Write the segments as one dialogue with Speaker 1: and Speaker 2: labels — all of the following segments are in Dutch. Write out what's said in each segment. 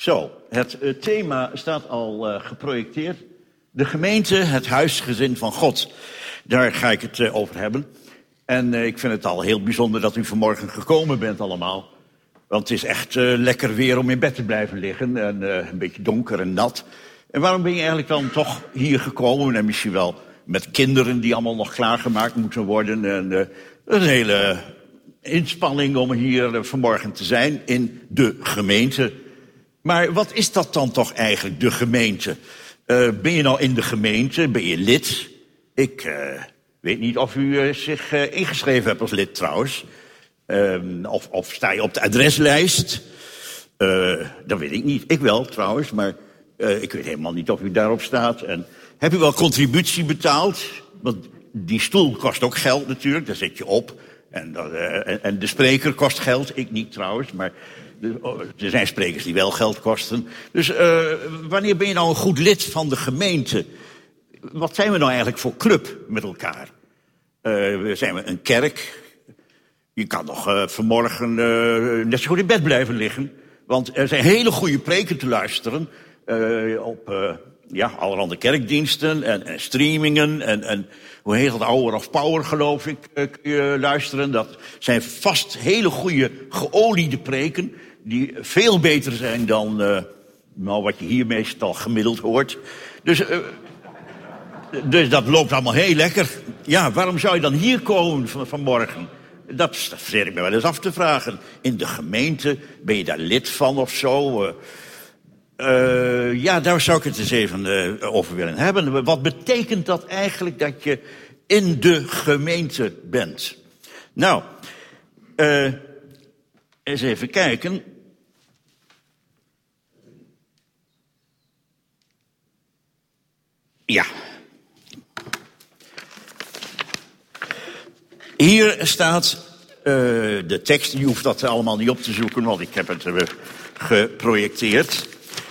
Speaker 1: Zo, het thema staat al geprojecteerd. De gemeente, het huisgezin van God. Daar ga ik het over hebben. En ik vind het al heel bijzonder dat u vanmorgen gekomen bent allemaal. Want het is echt lekker weer om in bed te blijven liggen. En een beetje donker en nat. En waarom ben je eigenlijk dan toch hier gekomen? En misschien wel met kinderen die allemaal nog klaargemaakt moeten worden. En een hele inspanning om hier vanmorgen te zijn in de gemeente. Maar wat is dat dan toch eigenlijk, de gemeente? Ben je nou in de gemeente? Ben je lid? Ik weet niet of u zich ingeschreven hebt als lid trouwens. Of sta je op de adreslijst? Dat weet ik niet. Ik wel trouwens, maar ik weet helemaal niet of u daarop staat. En heb u wel contributie betaald? Want die stoel kost ook geld natuurlijk, daar zit je op. En de spreker kost geld, ik niet trouwens, maar er zijn sprekers die wel geld kosten. Dus wanneer ben je nou een goed lid van de gemeente? Wat zijn we nou eigenlijk voor club met elkaar? Zijn we een kerk? Je kan nog vanmorgen net zo goed in bed blijven liggen. Want er zijn hele goede preken te luisteren op allerhande kerkdiensten en streamingen. En hoe heet het, Hour of Power geloof ik, kun je luisteren. Dat zijn vast hele goede geoliede preken die veel beter zijn dan wat je hier meestal gemiddeld hoort. Dus dat loopt allemaal heel lekker. Ja, waarom zou je dan hier komen vanmorgen? Dat verzin ik me wel eens af te vragen. In de gemeente, ben je daar lid van of zo? Daar zou ik het eens even over willen hebben. Wat betekent dat eigenlijk dat je in de gemeente bent? Nou, eens even kijken. Ja. Hier staat de tekst, je hoeft dat allemaal niet op te zoeken, want ik heb het geprojecteerd.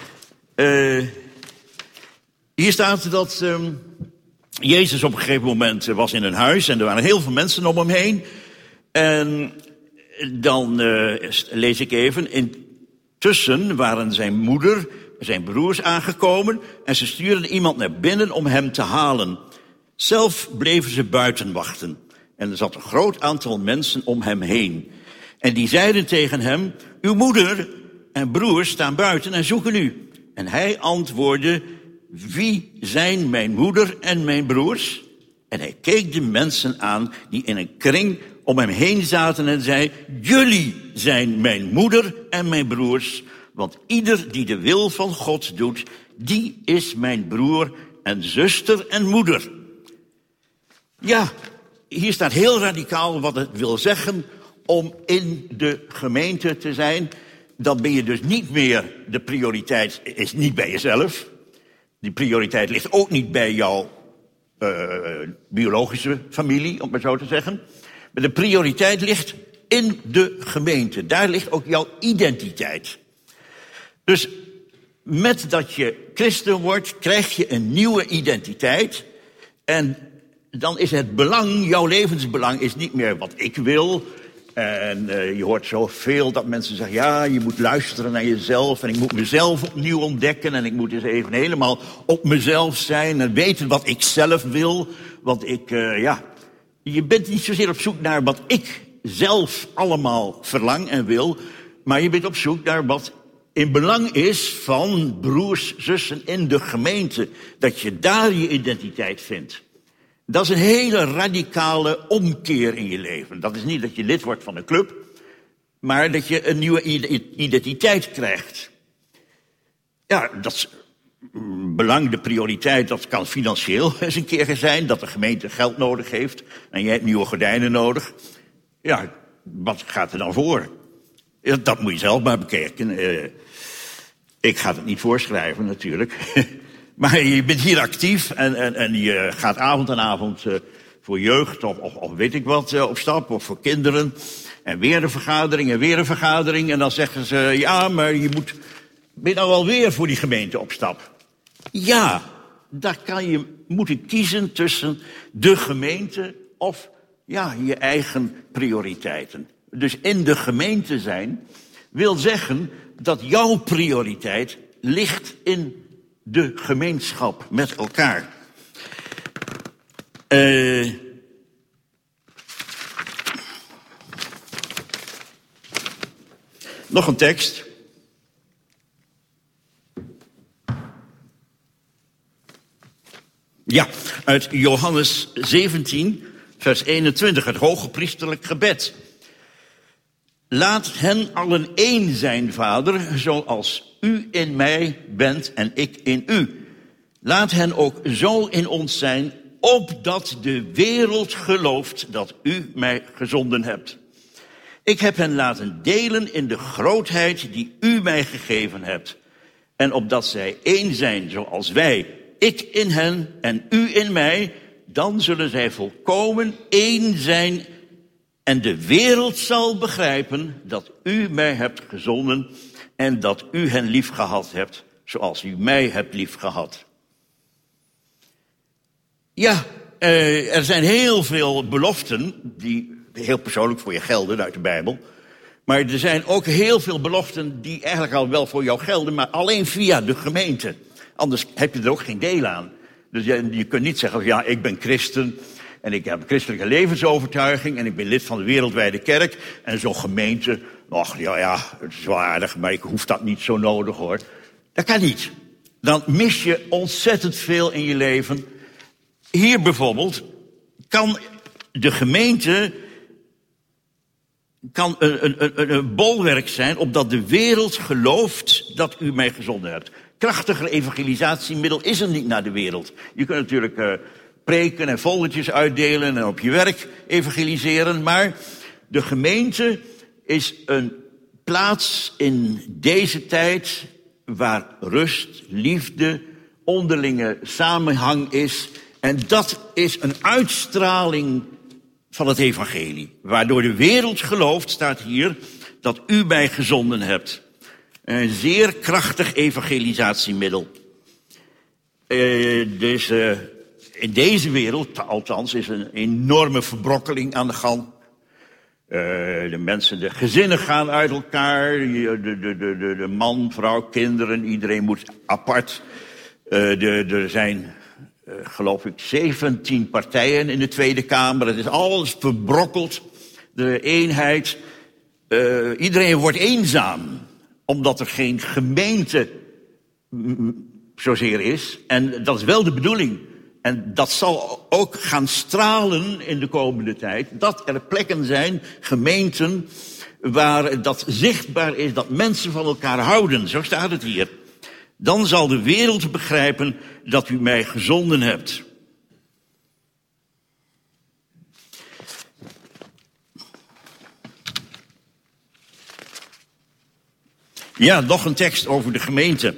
Speaker 1: Hier staat dat Jezus op een gegeven moment was in een huis en er waren heel veel mensen om hem heen. En dan lees ik even, intussen waren zijn moeder, zijn broers aangekomen en ze stuurden iemand naar binnen om hem te halen. Zelf bleven ze buiten wachten. En er zat een groot aantal mensen om hem heen. En die zeiden tegen hem, uw moeder en broers staan buiten en zoeken u. En hij antwoordde, wie zijn mijn moeder en mijn broers? En hij keek de mensen aan die in een kring om hem heen zaten en zei, jullie zijn mijn moeder en mijn broers. Want ieder die de wil van God doet, die is mijn broer en zuster en moeder. Ja, hier staat heel radicaal wat het wil zeggen om in de gemeente te zijn. Dan ben je dus niet meer, de prioriteit is niet bij jezelf. Die prioriteit ligt ook niet bij jouw biologische familie, om maar zo te zeggen. Maar de prioriteit ligt in de gemeente. Daar ligt ook jouw identiteit. Dus met dat je christen wordt, krijg je een nieuwe identiteit. En dan is het belang, jouw levensbelang is niet meer wat ik wil. En je hoort zoveel dat mensen zeggen, ja, je moet luisteren naar jezelf. En ik moet mezelf opnieuw ontdekken. En ik moet eens even helemaal op mezelf zijn. En weten wat ik zelf wil. Want je bent niet zozeer op zoek naar wat ik zelf allemaal verlang en wil. Maar je bent op zoek naar wat in belang is van broers, zussen in de gemeente. Dat je daar je identiteit vindt. Dat is een hele radicale omkeer in je leven. Dat is niet dat je lid wordt van een club, maar dat je een nieuwe identiteit krijgt. Ja, dat is belang, de prioriteit, dat kan financieel eens een keer zijn, dat de gemeente geld nodig heeft en jij hebt nieuwe gordijnen nodig. Ja, wat gaat er dan voor? Ja, dat moet je zelf maar bekijken. Ik ga het niet voorschrijven natuurlijk. Maar je bent hier actief en je gaat avond aan avond voor jeugd of weet ik wat op stap. Of voor kinderen. En weer een vergadering en weer een vergadering. En dan zeggen ze, ja, maar ben je nou wel weer voor die gemeente op stap? Ja, daar kan je moeten kiezen tussen de gemeente of je eigen prioriteiten. Dus in de gemeente zijn wil zeggen dat jouw prioriteit ligt in de gemeenschap met elkaar. Nog een tekst. Ja, uit Johannes 17, vers 21, het hoge priesterlijk gebed. Laat hen allen één zijn, Vader, zoals u in mij bent en ik in u. Laat hen ook zo in ons zijn, opdat de wereld gelooft dat u mij gezonden hebt. Ik heb hen laten delen in de grootheid die u mij gegeven hebt. En opdat zij één zijn zoals wij, ik in hen en u in mij, dan zullen zij volkomen één zijn. En de wereld zal begrijpen dat u mij hebt gezonden en dat u hen lief gehad hebt, zoals u mij hebt lief gehad. Ja, er zijn heel veel beloften die heel persoonlijk voor je gelden uit de Bijbel. Maar er zijn ook heel veel beloften die eigenlijk al wel voor jou gelden, maar alleen via de gemeente. Anders heb je er ook geen deel aan. Dus je kunt niet zeggen, ja, ik ben christen en ik heb een christelijke levensovertuiging en ik ben lid van de wereldwijde kerk. En zo'n gemeente, ach ja, het is wel aardig, maar ik hoef dat niet zo nodig hoor. Dat kan niet. Dan mis je ontzettend veel in je leven. Hier bijvoorbeeld kan de gemeente een bolwerk zijn, opdat de wereld gelooft dat u mij gezonden hebt. Krachtiger evangelisatiemiddel is er niet naar de wereld. Je kunt natuurlijk preken en foldertjes uitdelen en op je werk evangeliseren, maar de gemeente is een plaats in deze tijd waar rust, liefde, onderlinge samenhang is. En dat is een uitstraling van het evangelie. Waardoor de wereld gelooft, staat hier, dat u mij gezonden hebt. Een zeer krachtig evangelisatiemiddel. Dus in deze wereld, althans, is een enorme verbrokkeling aan de gang. De mensen, de gezinnen gaan uit elkaar. De man, vrouw, kinderen, iedereen moet apart. Er zijn, geloof ik, 17 partijen in de Tweede Kamer. Het is alles verbrokkeld. De eenheid. Iedereen wordt eenzaam. Omdat er geen gemeente zozeer is. En dat is wel de bedoeling. En dat zal ook gaan stralen in de komende tijd. Dat er plekken zijn, gemeenten, waar dat zichtbaar is, dat mensen van elkaar houden. Zo staat het hier. Dan zal de wereld begrijpen dat u mij gezonden hebt. Ja, nog een tekst over de gemeente.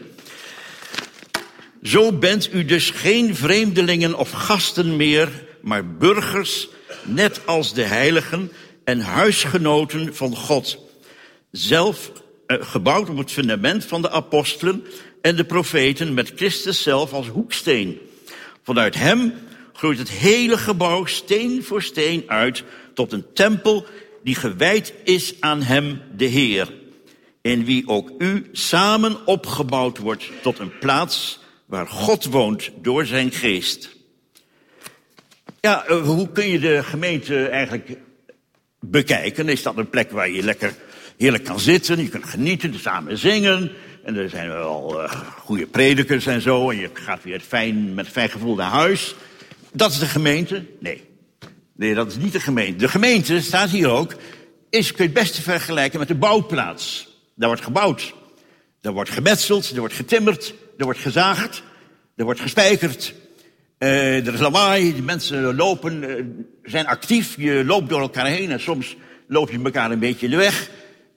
Speaker 1: Zo bent u dus geen vreemdelingen of gasten meer, maar burgers, net als de heiligen en huisgenoten van God. Zelf gebouwd op het fundament van de apostelen en de profeten met Christus zelf als hoeksteen. Vanuit hem groeit het hele gebouw steen voor steen uit tot een tempel die gewijd is aan hem, de Heer. In wie ook u samen opgebouwd wordt tot een plaats waar God woont door zijn geest. Ja, hoe kun je de gemeente eigenlijk bekijken? Is dat een plek waar je lekker heerlijk kan zitten, je kunt genieten, samen zingen. En er zijn wel goede predikers en zo. En je gaat weer met fijn gevoel naar huis. Dat is de gemeente? Nee, dat is niet de gemeente. De gemeente, staat hier ook, kun je het beste vergelijken met de bouwplaats. Daar wordt gebouwd. Daar wordt gemetseld, er wordt getimmerd, er wordt gezaagd, er wordt gespijkerd. Er is lawaai, de mensen lopen, zijn actief. Je loopt door elkaar heen en soms loop je elkaar een beetje in de weg.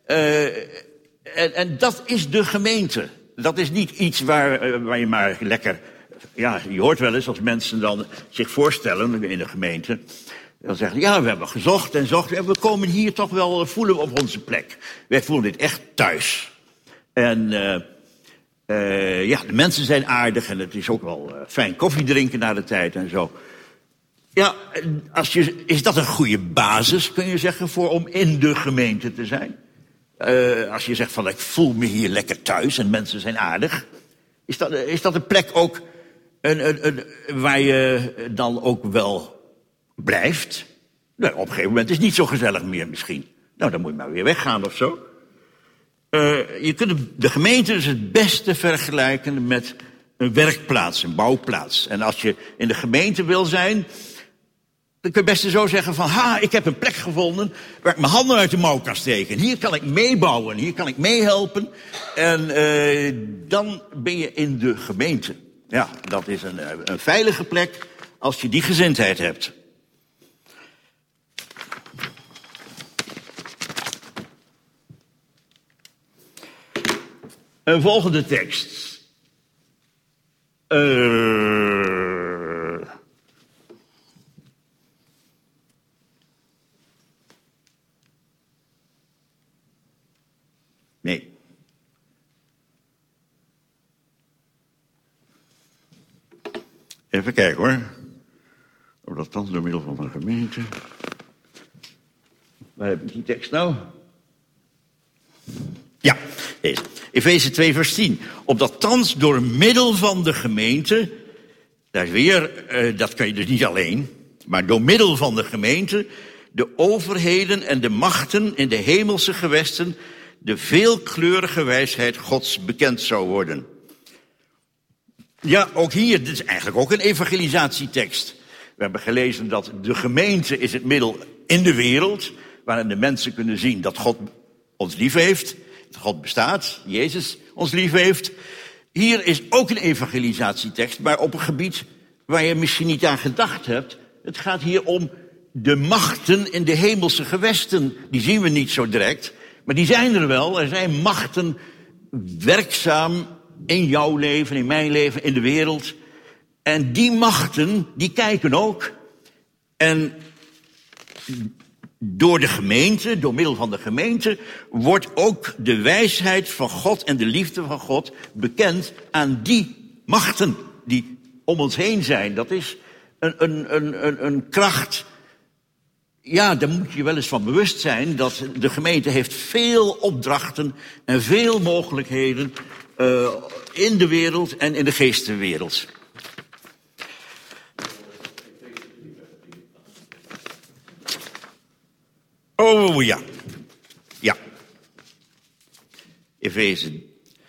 Speaker 1: En dat is de gemeente. Dat is niet iets waar je maar lekker... Ja, je hoort wel eens als mensen dan zich voorstellen in de gemeente. Dan zeggen ja, we hebben gezocht en zocht. En we komen hier toch wel voelen op onze plek. Wij voelen dit echt thuis. En ja, de mensen zijn aardig en het is ook wel fijn koffie drinken na de tijd en zo. Ja, is dat een goede basis, kun je zeggen, om in de gemeente te zijn? Als je zegt van ik voel me hier lekker thuis en mensen zijn aardig. Is dat een plek ook waar je dan ook wel blijft? Nou, op een gegeven moment is het niet zo gezellig meer misschien. Nou, dan moet je maar weer weggaan of zo. Je kunt de gemeente dus het beste vergelijken met een werkplaats, een bouwplaats. En als je in de gemeente wil zijn, dan kun je best zo zeggen van, ik heb een plek gevonden waar ik mijn handen uit de mouw kan steken. Hier kan ik meebouwen, hier kan ik meehelpen. En dan ben je in de gemeente. Ja, dat is een veilige plek als je die gezindheid hebt. Een volgende tekst. Nee. Even kijken hoor. Of dat dan door middel van een gemeente. Waar heb ik die tekst nou? Ja, deze. Efeze 2 vers 10. Opdat thans door middel van de gemeente, daar is weer, dat kan je dus niet alleen, maar door middel van de gemeente, de overheden en de machten in de hemelse gewesten, de veelkleurige wijsheid Gods bekend zou worden. Ja, ook hier, dit is eigenlijk ook een evangelisatietekst. We hebben gelezen dat de gemeente is het middel in de wereld, waarin de mensen kunnen zien dat God ons lief heeft, dat God bestaat, Jezus ons lief heeft. Hier is ook een evangelisatietekst, maar op een gebied waar je misschien niet aan gedacht hebt. Het gaat hier om de machten in de hemelse gewesten. Die zien we niet zo direct, maar die zijn er wel. Er zijn machten werkzaam in jouw leven, in mijn leven, in de wereld. En die machten, die kijken ook. En door de gemeente, door middel van de gemeente, wordt ook de wijsheid van God en de liefde van God bekend aan die machten die om ons heen zijn. Dat is een kracht. Ja, daar moet je wel eens van bewust zijn dat de gemeente heeft veel opdrachten en veel mogelijkheden in de wereld en in de geestenwereld. Oh ja. Ja. Efeze.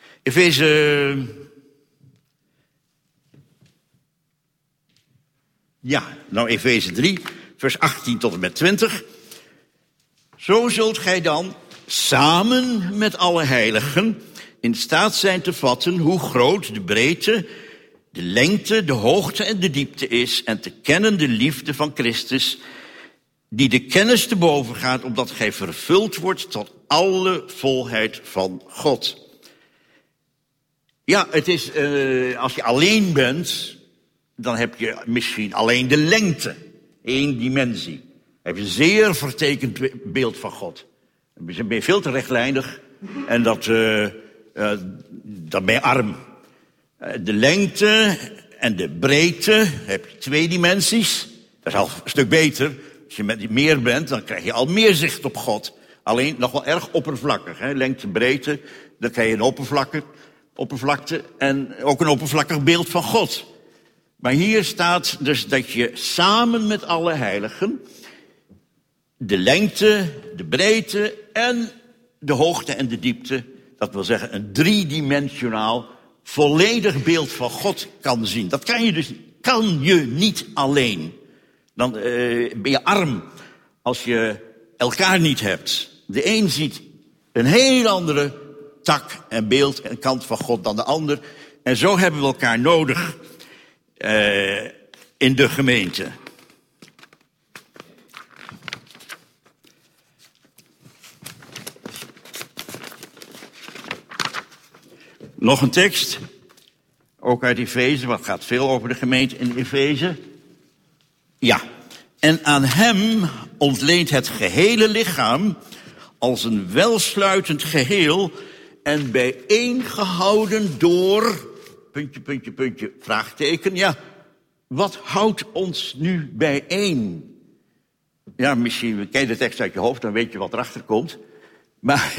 Speaker 1: Ja, nou Efeze 3, vers 18 tot en met 20. Zo zult gij dan samen met alle heiligen in staat zijn te vatten hoe groot de breedte, de lengte, de hoogte en de diepte is en te kennen de liefde van Christus, die de kennis te boven gaat, opdat gij vervuld wordt tot alle volheid van God. Ja, het is, als je alleen bent, dan heb je misschien alleen de lengte, 1 dimensie. Dan heb je een zeer vertekend beeld van God. Dan ben je veel te rechtlijnig en dan ben je arm. De lengte en de breedte heb je 2 dimensies. Dat is al een stuk beter. Als je met meer bent, dan krijg je al meer zicht op God. Alleen nog wel erg oppervlakkig. Hè? Lengte, breedte, dan krijg je een oppervlakte en ook een oppervlakkig beeld van God. Maar hier staat dus dat je samen met alle heiligen de lengte, de breedte en de hoogte en de diepte, dat wil zeggen een 3-dimensionaal volledig beeld van God kan zien. Dat kan je niet alleen. Dan ben je arm als je elkaar niet hebt. De een ziet een heel andere tak en beeld en kant van God dan de ander. En zo hebben we elkaar nodig in de gemeente. Nog een tekst, ook uit Efeze, wat gaat veel over de gemeente in Efeze. Ja, en aan hem ontleent het gehele lichaam als een welsluitend geheel en bijeengehouden door, puntje, vraagteken. Ja, wat houdt ons nu bijeen? Ja, misschien ken je de tekst uit je hoofd, dan weet je wat erachter komt. Maar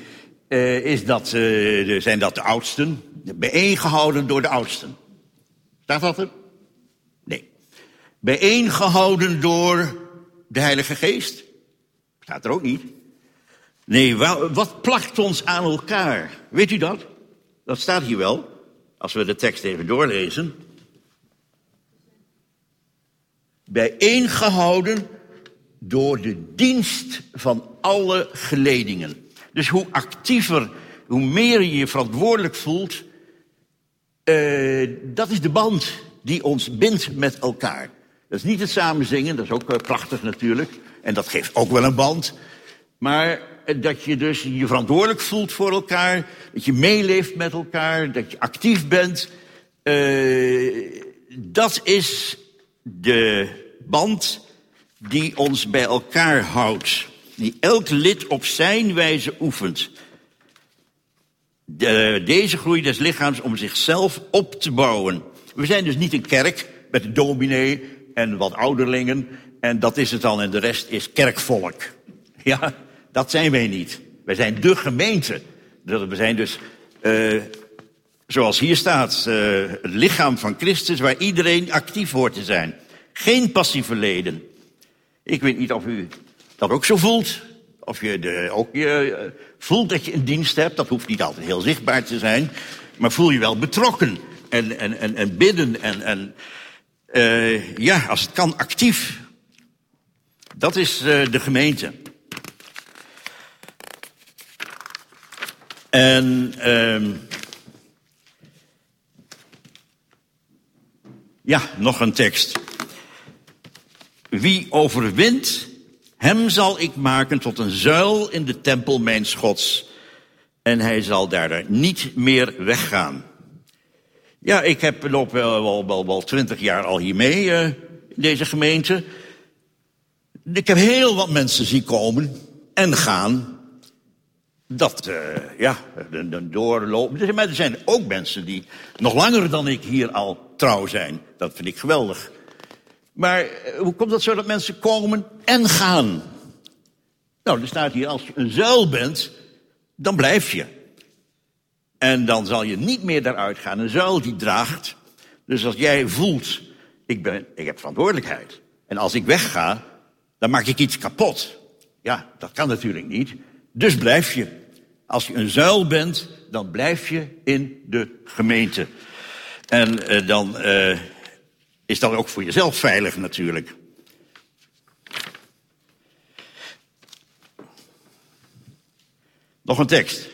Speaker 1: zijn dat de oudsten? Bijeengehouden door de oudsten. Staat dat er? Nee. Bijeengehouden door de Heilige Geest? Staat er ook niet. Nee, wat plakt ons aan elkaar? Weet u dat? Dat staat hier wel, als we de tekst even doorlezen. Bijeengehouden door de dienst van alle geledingen. Dus hoe actiever, hoe meer je je verantwoordelijk voelt, dat is de band die ons bindt met elkaar. Dat is niet het samen zingen, dat is ook prachtig natuurlijk. En dat geeft ook wel een band. Maar dat je dus je verantwoordelijk voelt voor elkaar, dat je meeleeft met elkaar, dat je actief bent. Dat is de band die ons bij elkaar houdt. Die elk lid op zijn wijze oefent. Deze groei des lichaams om zichzelf op te bouwen. We zijn dus niet een kerk met een dominee en wat ouderlingen. En dat is het dan en de rest is kerkvolk. Ja, dat zijn wij niet. Wij zijn de gemeente. We zijn dus, zoals hier staat, het lichaam van Christus waar iedereen actief hoort te zijn. Geen passieve leden. Ik weet niet of u dat ook zo voelt. Of je ook voelt dat je een dienst hebt. Dat hoeft niet altijd heel zichtbaar te zijn. Maar voel je wel betrokken. En bidden. Ja, als het kan, actief. Dat is de gemeente. En ja, nog een tekst. Wie overwint, hem zal ik maken tot een zuil in de tempel mijns Gods. En hij zal daar niet meer weggaan. Ja, ik loop wel 20 jaar al hier mee in deze gemeente. Ik heb heel wat mensen zien komen en gaan. Dat, doorlopen. Maar er zijn ook mensen die nog langer dan ik hier al trouw zijn. Dat vind ik geweldig. Maar hoe komt dat zo dat mensen komen en gaan? Nou, er staat hier, als je een zuil bent, dan blijf je. En dan zal je niet meer daaruit gaan. Een zuil die draagt. Dus als jij voelt, ik heb verantwoordelijkheid. En als ik wegga, dan maak ik iets kapot. Ja, dat kan natuurlijk niet. Dus blijf je. Als je een zuil bent, dan blijf je in de gemeente. En dan is dat ook voor jezelf veilig natuurlijk. Nog een tekst.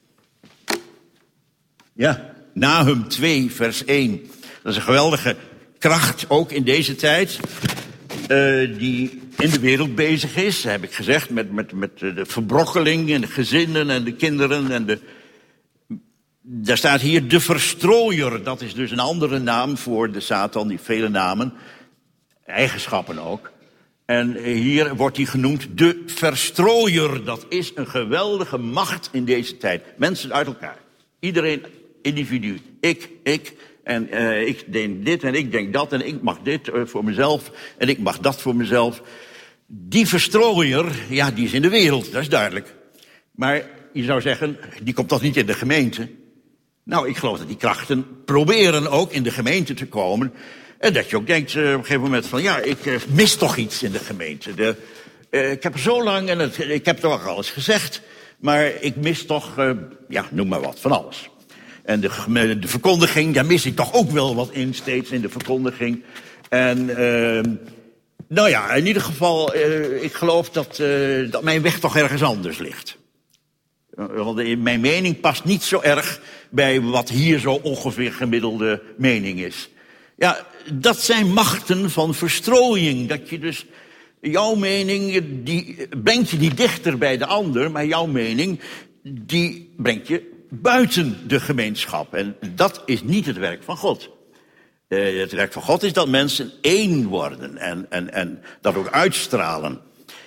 Speaker 1: Ja, Nahum 2, vers 1. Dat is een geweldige kracht, ook in deze tijd, die in de wereld bezig is, heb ik gezegd, met de verbrokkeling en de gezinnen en de kinderen. Daar staat hier de verstrooier. Dat is dus een andere naam voor de Satan, die vele namen, eigenschappen ook. En hier wordt hij genoemd de verstrooier. Dat is een geweldige macht in deze tijd. Mensen uit elkaar. Iedereen individu. Ik. En ik denk dit en ik denk dat en ik mag dit voor mezelf en ik mag dat voor mezelf. Die verstrooier, ja, die is in de wereld, dat is duidelijk. Maar je zou zeggen, die komt toch niet in de gemeente? Nou, ik geloof dat die krachten proberen ook in de gemeente te komen. En dat je ook denkt op een gegeven moment van, ja, ik mis toch iets in de gemeente. Ik heb er zo lang en ik heb toch al eens gezegd, maar ik mis toch, noem maar wat, van alles. En de verkondiging, daar mis ik toch ook wel wat in, steeds in de verkondiging. En nou ja, in ieder geval, ik geloof dat mijn weg toch ergens anders ligt. Want mijn mening past niet zo erg bij wat hier zo ongeveer gemiddelde mening is. Ja, dat zijn machten van verstrooiing. Dat je dus, jouw mening, die brengt je niet dichter bij de ander, maar jouw mening, die brengt je buiten de gemeenschap. En dat is niet het werk van God. Het werk van God is dat mensen één worden en dat ook uitstralen.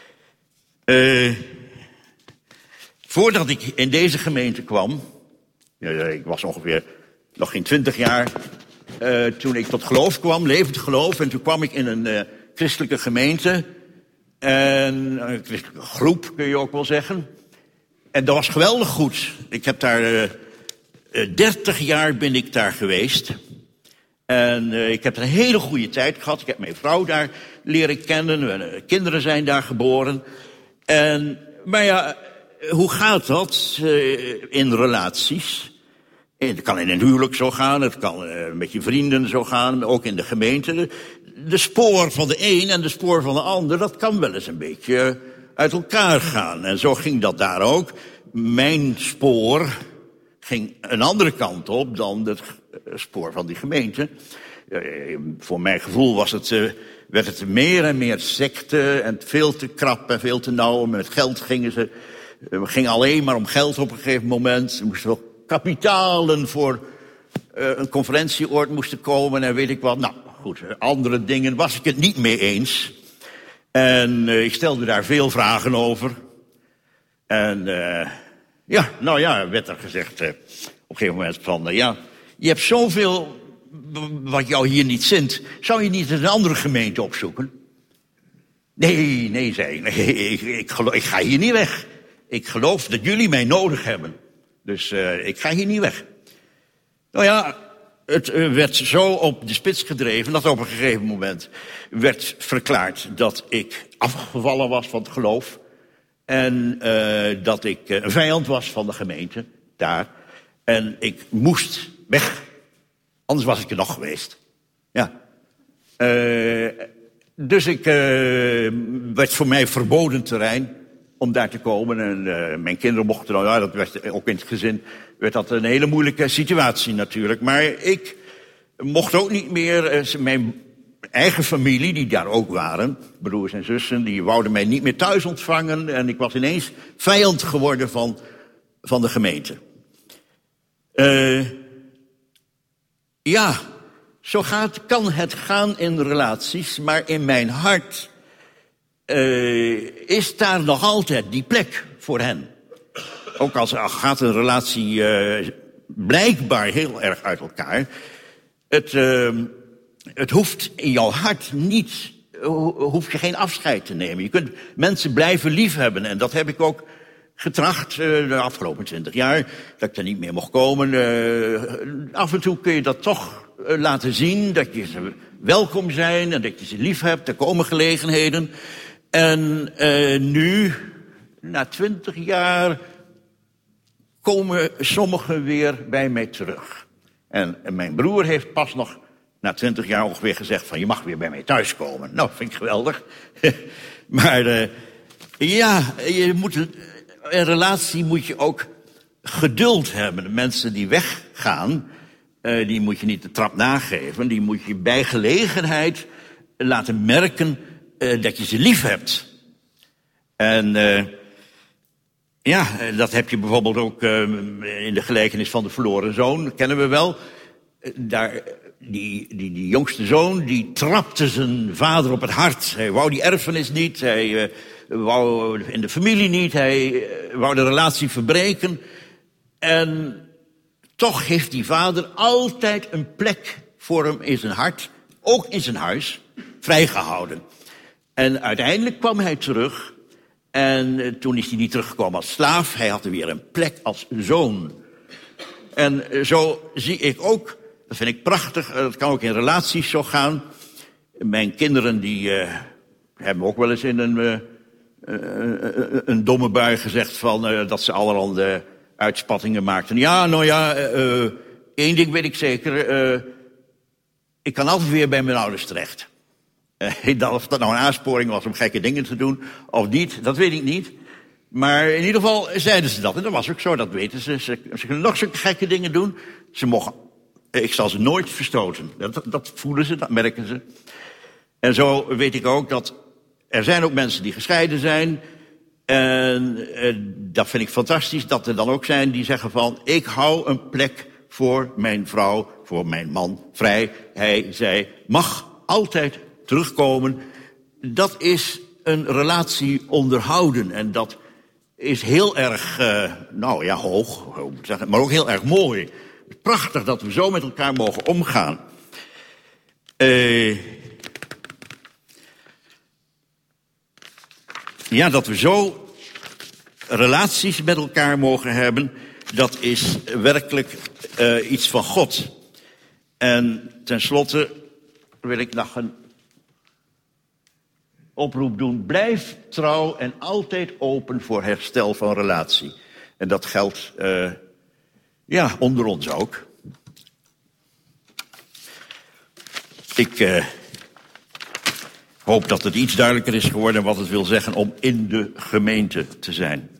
Speaker 1: Voordat ik in deze gemeente kwam, ik was ongeveer nog geen 20 jaar, toen ik tot geloof kwam, levend geloof, en toen kwam ik in een christelijke gemeente, en een christelijke groep kun je ook wel zeggen. En dat was geweldig goed. Ik heb daar 30 jaar ben ik daar geweest. En ik heb een hele goede tijd gehad. Ik heb mijn vrouw daar leren kennen. Mijn kinderen zijn daar geboren. Maar ja, hoe gaat dat in relaties? Het kan in een huwelijk zo gaan, het kan met je vrienden zo gaan, ook in de gemeente. De spoor van de een en de spoor van de ander, dat kan wel eens een beetje uit elkaar gaan. En zo ging dat daar ook. Mijn spoor ging een andere kant op dan het spoor van die gemeente. Voor mijn gevoel werd het meer en meer secte en veel te krap en veel te nauw. Met geld gingen ging alleen maar om geld op een gegeven moment. Ze moesten wel kapitalen voor een conferentieoord moesten komen en weet ik wat. Nou goed, andere dingen was ik het niet mee eens. En ik stelde daar veel vragen over. En werd er gezegd op een gegeven moment van... je hebt zoveel wat jou hier niet zint. Zou je niet een andere gemeente opzoeken? Nee, zei ik. Nee, ik ga hier niet weg. Ik geloof dat jullie mij nodig hebben. Dus ik ga hier niet weg. Nou ja, het werd zo op de spits gedreven dat op een gegeven moment werd verklaard dat ik afgevallen was van het geloof. En dat ik een vijand was van de gemeente daar. En ik moest weg. Anders was ik er nog geweest. Ja. Dus ik werd voor mij verboden terrein om daar te komen. En mijn kinderen mochten dan, dat werd ook in het gezin, werd dat een hele moeilijke situatie natuurlijk. Maar ik mocht ook niet meer, mijn eigen familie, die daar ook waren, broers en zussen, die wouden mij niet meer thuis ontvangen. En ik was ineens vijand geworden van de gemeente. Zo kan het gaan in relaties, maar in mijn hart is daar nog altijd die plek voor hen. Ook als gaat een relatie blijkbaar heel erg uit elkaar. Het hoeft in jouw hart niet, hoef je geen afscheid te nemen. Je kunt mensen blijven liefhebben en dat heb ik ook getracht de afgelopen 20 jaar, dat ik er niet meer mocht komen. Af en toe kun je dat toch laten zien, dat je ze welkom zijn en dat je ze lief hebt. Er komen gelegenheden. En nu, na 20 jaar, komen sommigen weer bij mij terug. En mijn broer heeft pas nog na 20 jaar ongeveer gezegd van je mag weer bij mij thuiskomen. Nou, vind ik geweldig. Maar je moet in relatie moet je ook geduld hebben. De mensen die weggaan, die moet je niet de trap nageven. Die moet je bij gelegenheid laten merken dat je ze lief hebt. En dat heb je bijvoorbeeld ook in de gelijkenis van de verloren zoon. Dat kennen we wel. Daar, die jongste zoon, die trapte zijn vader op het hart. Hij wou die erfenis niet. Hij wou in de familie niet. Hij wou de relatie verbreken. En toch heeft die vader altijd een plek voor hem in zijn hart, ook in zijn huis, vrijgehouden. En uiteindelijk kwam hij terug. En toen is hij niet teruggekomen als slaaf. Hij had er weer een plek als zoon. En zo zie ik ook, dat vind ik prachtig, dat kan ook in relaties zo gaan. Mijn kinderen die hebben ook wel eens in een domme bui gezegd van dat ze allerhande uitspattingen maakten. Één ding weet ik zeker. Ik kan altijd weer bij mijn ouders terecht. Of dat nou een aansporing was om gekke dingen te doen of niet, dat weet ik niet. Maar in ieder geval zeiden ze dat. En dat was ook zo, dat weten ze. Ze kunnen nog zulke gekke dingen doen. Ik zal ze nooit verstoten. Dat voelen ze, dat merken ze. En zo weet ik ook dat er zijn ook mensen die gescheiden zijn. En dat vind ik fantastisch, dat er dan ook zijn die zeggen van ik hou een plek voor mijn vrouw, voor mijn man vrij. Zij mag altijd terugkomen. Dat is een relatie onderhouden. En dat is heel erg, hoog, maar ook heel erg mooi. Prachtig dat we zo met elkaar mogen omgaan. Dat we zo relaties met elkaar mogen hebben, dat is werkelijk iets van God. En tenslotte wil ik nog een oproep doen. Blijf trouw en altijd open voor herstel van relatie. En dat geldt onder ons ook. Ik hoop dat het iets duidelijker is geworden wat het wil zeggen om in de gemeente te zijn.